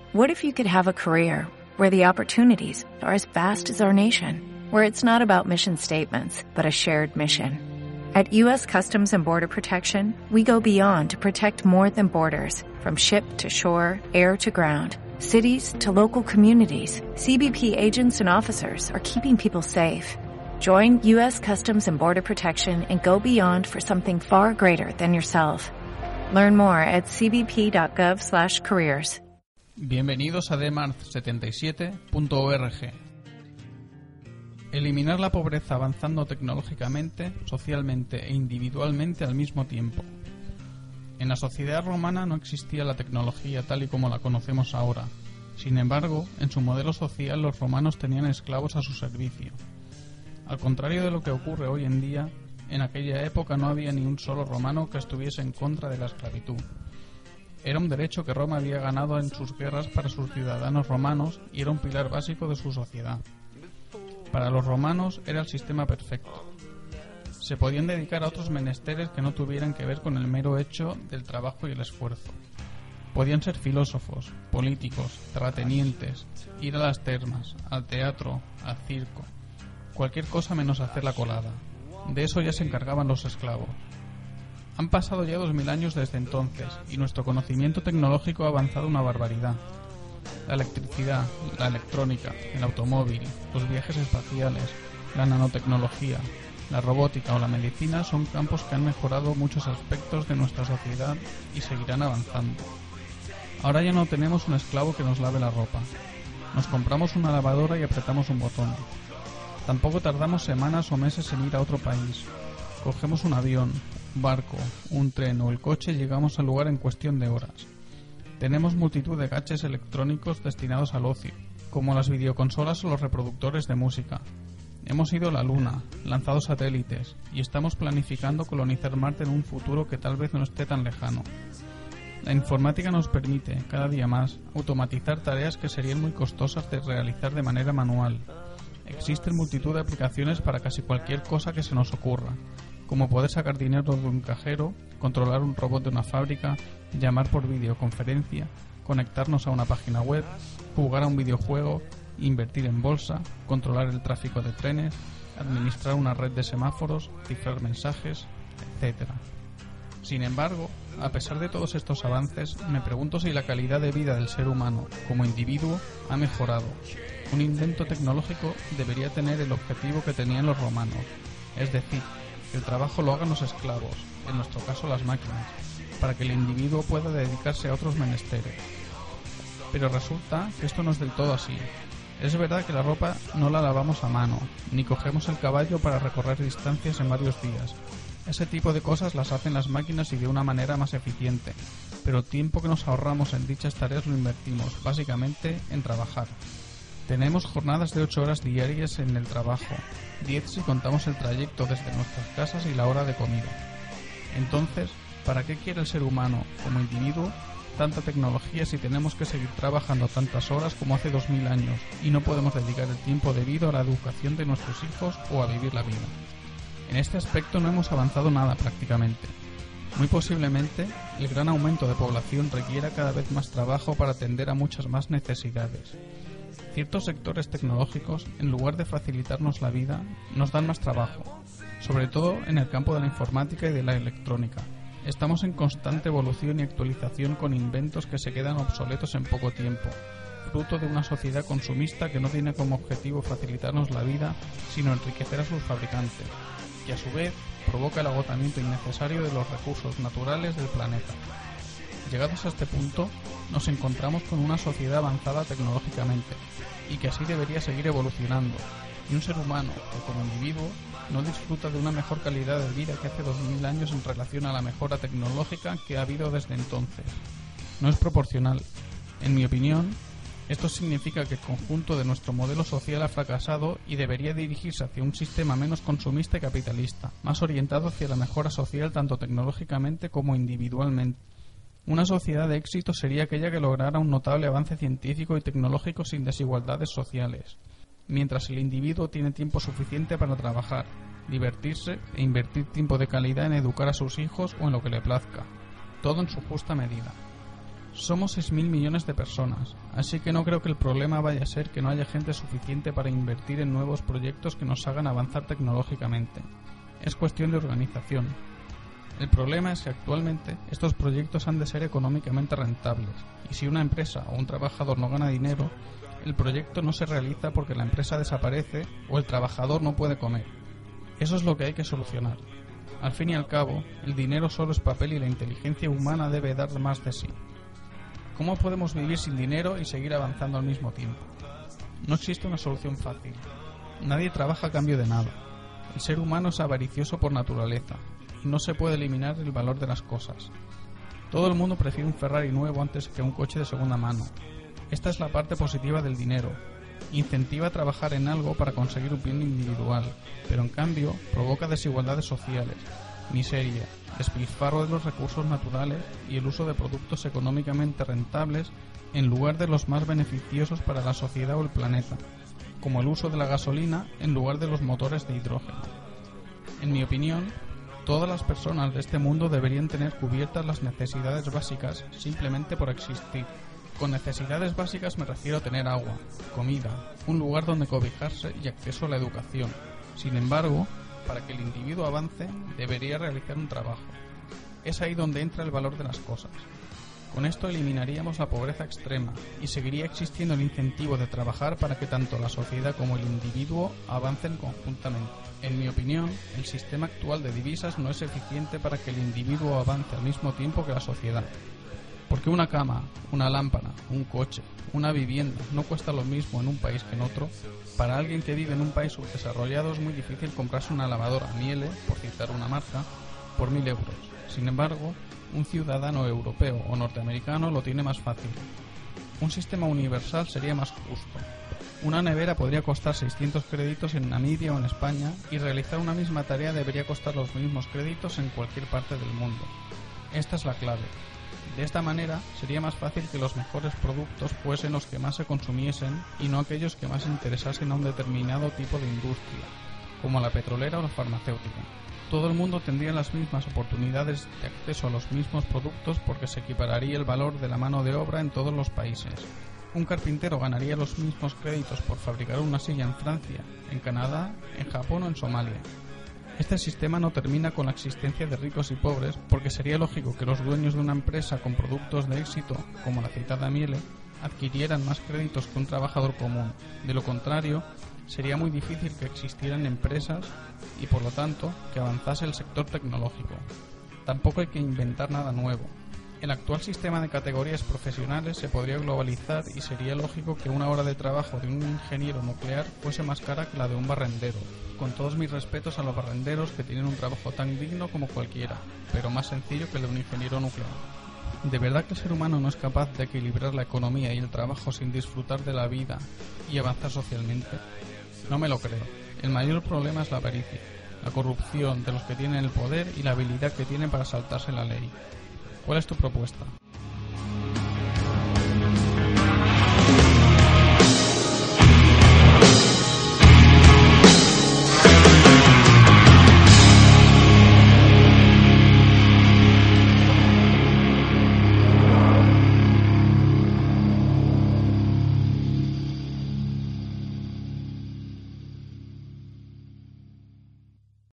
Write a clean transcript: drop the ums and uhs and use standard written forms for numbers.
What if you could have a career where the opportunities are as vast as our nation, where it's not about mission statements, but a shared mission? At U.S. Customs and Border Protection, we go beyond to protect more than borders, from ship to shore, air to ground, cities to local communities. CBP agents and officers are keeping people safe. Join U.S. Customs and Border Protection and go beyond for something far greater than yourself. Learn more at cbp.gov/careers. Bienvenidos a demart77.org. Eliminar la pobreza avanzando tecnológicamente, socialmente e individualmente al mismo tiempo. En la sociedad romana no existía la tecnología tal y como la conocemos ahora. Sin embargo, en su modelo social los romanos tenían esclavos a su servicio. Al contrario de lo que ocurre hoy en día, en aquella época no había ni un solo romano que estuviese en contra de la esclavitud. Era un derecho que Roma había ganado en sus guerras para sus ciudadanos romanos y era un pilar básico de su sociedad. Para los romanos era el sistema perfecto. Se podían dedicar a otros menesteres que no tuvieran que ver con el mero hecho del trabajo y el esfuerzo. Podían ser filósofos, políticos, terratenientes, ir a las termas, al teatro, al circo, cualquier cosa menos hacer la colada. De eso ya se encargaban los esclavos. Han pasado ya 2000 años desde entonces y nuestro conocimiento tecnológico ha avanzado una barbaridad. La electricidad, la electrónica, el automóvil, los viajes espaciales, la nanotecnología, la robótica o la medicina son campos que han mejorado muchos aspectos de nuestra sociedad y seguirán avanzando. Ahora ya no tenemos un esclavo que nos lave la ropa. Nos compramos una lavadora y apretamos un botón. Tampoco tardamos semanas o meses en ir a otro país. Cogemos un avión, un barco, un tren o el coche y llegamos al lugar en cuestión de horas. Tenemos multitud de gadgets electrónicos destinados al ocio, como las videoconsolas o los reproductores de música. Hemos ido a la Luna, lanzado satélites, y estamos planificando colonizar Marte en un futuro que tal vez no esté tan lejano. La informática nos permite, cada día más, automatizar tareas que serían muy costosas de realizar de manera manual. Existen multitud de aplicaciones para casi cualquier cosa que se nos ocurra, como poder sacar dinero de un cajero, controlar un robot de una fábrica, llamar por videoconferencia, conectarnos a una página web, jugar a un videojuego, invertir en bolsa, controlar el tráfico de trenes, administrar una red de semáforos, cifrar mensajes, etc. Sin embargo, a pesar de todos estos avances, me pregunto si la calidad de vida del ser humano, como individuo, ha mejorado. Un invento tecnológico debería tener el objetivo que tenían los romanos, es decir, que el trabajo lo hagan los esclavos, en nuestro caso las máquinas, para que el individuo pueda dedicarse a otros menesteres. Pero resulta que esto no es del todo así. Es verdad que la ropa no la lavamos a mano, ni cogemos el caballo para recorrer distancias en varios días. Ese tipo de cosas las hacen las máquinas y de una manera más eficiente, pero el tiempo que nos ahorramos en dichas tareas lo invertimos, básicamente, en trabajar. Tenemos jornadas de 8 horas diarias en el trabajo, 10 si contamos el trayecto desde nuestras casas y la hora de comida. Entonces, ¿para qué quiere el ser humano, como individuo, tanta tecnología si tenemos que seguir trabajando tantas horas como hace 2000 años y no podemos dedicar el tiempo debido a la educación de nuestros hijos o a vivir la vida? En este aspecto no hemos avanzado nada prácticamente. Muy posiblemente, el gran aumento de población requiera cada vez más trabajo para atender a muchas más necesidades. Ciertos sectores tecnológicos, en lugar de facilitarnos la vida, nos dan más trabajo, sobre todo en el campo de la informática y de la electrónica. Estamos en constante evolución y actualización con inventos que se quedan obsoletos en poco tiempo, fruto de una sociedad consumista que no tiene como objetivo facilitarnos la vida, sino enriquecer a sus fabricantes, y a su vez provoca el agotamiento innecesario de los recursos naturales del planeta. Llegados a este punto, nos encontramos con una sociedad avanzada tecnológicamente, y que así debería seguir evolucionando, y un ser humano, que como individuo, no disfruta de una mejor calidad de vida que hace 2000 años en relación a la mejora tecnológica que ha habido desde entonces. No es proporcional. En mi opinión, esto significa que el conjunto de nuestro modelo social ha fracasado y debería dirigirse hacia un sistema menos consumista y capitalista, más orientado hacia la mejora social tanto tecnológicamente como individualmente. Una sociedad de éxito sería aquella que lograra un notable avance científico y tecnológico sin desigualdades sociales, mientras el individuo tiene tiempo suficiente para trabajar, divertirse e invertir tiempo de calidad en educar a sus hijos o en lo que le plazca, todo en su justa medida. Somos 6.000 millones de personas, así que no creo que el problema vaya a ser que no haya gente suficiente para invertir en nuevos proyectos que nos hagan avanzar tecnológicamente. Es cuestión de organización. El problema es que actualmente estos proyectos han de ser económicamente rentables, y si una empresa o un trabajador no gana dinero, el proyecto no se realiza porque la empresa desaparece o el trabajador no puede comer. Eso es lo que hay que solucionar. Al fin y al cabo, el dinero solo es papel y la inteligencia humana debe dar más de sí. ¿Cómo podemos vivir sin dinero y seguir avanzando al mismo tiempo? No existe una solución fácil. Nadie trabaja a cambio de nada. El ser humano es avaricioso por naturaleza y no se puede eliminar el valor de las cosas. Todo el mundo prefiere un Ferrari nuevo antes que un coche de segunda mano. Esta es la parte positiva del dinero. Incentiva a trabajar en algo para conseguir un bien individual, pero en cambio provoca desigualdades sociales, miseria, despilfarro de los recursos naturales y el uso de productos económicamente rentables en lugar de los más beneficiosos para la sociedad o el planeta, como el uso de la gasolina en lugar de los motores de hidrógeno. En mi opinión, todas las personas de este mundo deberían tener cubiertas las necesidades básicas simplemente por existir. Con necesidades básicas me refiero a tener agua, comida, un lugar donde cobijarse y acceso a la educación. Sin embargo, para que el individuo avance, debería realizar un trabajo. Es ahí donde entra el valor de las cosas. Con esto eliminaríamos la pobreza extrema y seguiría existiendo el incentivo de trabajar para que tanto la sociedad como el individuo avancen conjuntamente. En mi opinión, el sistema actual de divisas no es eficiente para que el individuo avance al mismo tiempo que la sociedad. Porque una cama, una lámpara, un coche, una vivienda no cuesta lo mismo en un país que en otro. Para alguien que vive en un país subdesarrollado es muy difícil comprarse una lavadora Miele, por citar una marca, por 1.000 euros. Sin embargo, un ciudadano europeo o norteamericano lo tiene más fácil. Un sistema universal sería más justo. Una nevera podría costar 600 créditos en Namibia o en España y realizar una misma tarea debería costar los mismos créditos en cualquier parte del mundo. Esta es la clave. De esta manera, sería más fácil que los mejores productos fuesen los que más se consumiesen y no aquellos que más interesasen a un determinado tipo de industria, como la petrolera o la farmacéutica. Todo el mundo tendría las mismas oportunidades de acceso a los mismos productos porque se equipararía el valor de la mano de obra en todos los países. Un carpintero ganaría los mismos créditos por fabricar una silla en Francia, en Canadá, en Japón o en Somalia. Este sistema no termina con la existencia de ricos y pobres porque sería lógico que los dueños de una empresa con productos de éxito, como la citada Miele, adquirieran más créditos que un trabajador común. De lo contrario, sería muy difícil que existieran empresas y, por lo tanto, que avanzase el sector tecnológico. Tampoco hay que inventar nada nuevo. El actual sistema de categorías profesionales se podría globalizar y sería lógico que una hora de trabajo de un ingeniero nuclear fuese más cara que la de un barrendero. Con todos mis respetos a los barrenderos que tienen un trabajo tan digno como cualquiera, pero más sencillo que el de un ingeniero nuclear. ¿De verdad que el ser humano no es capaz de equilibrar la economía y el trabajo sin disfrutar de la vida y avanzar socialmente? No me lo creo. El mayor problema es la avaricia, la corrupción de los que tienen el poder y la habilidad que tienen para saltarse la ley. ¿Cuál es tu propuesta?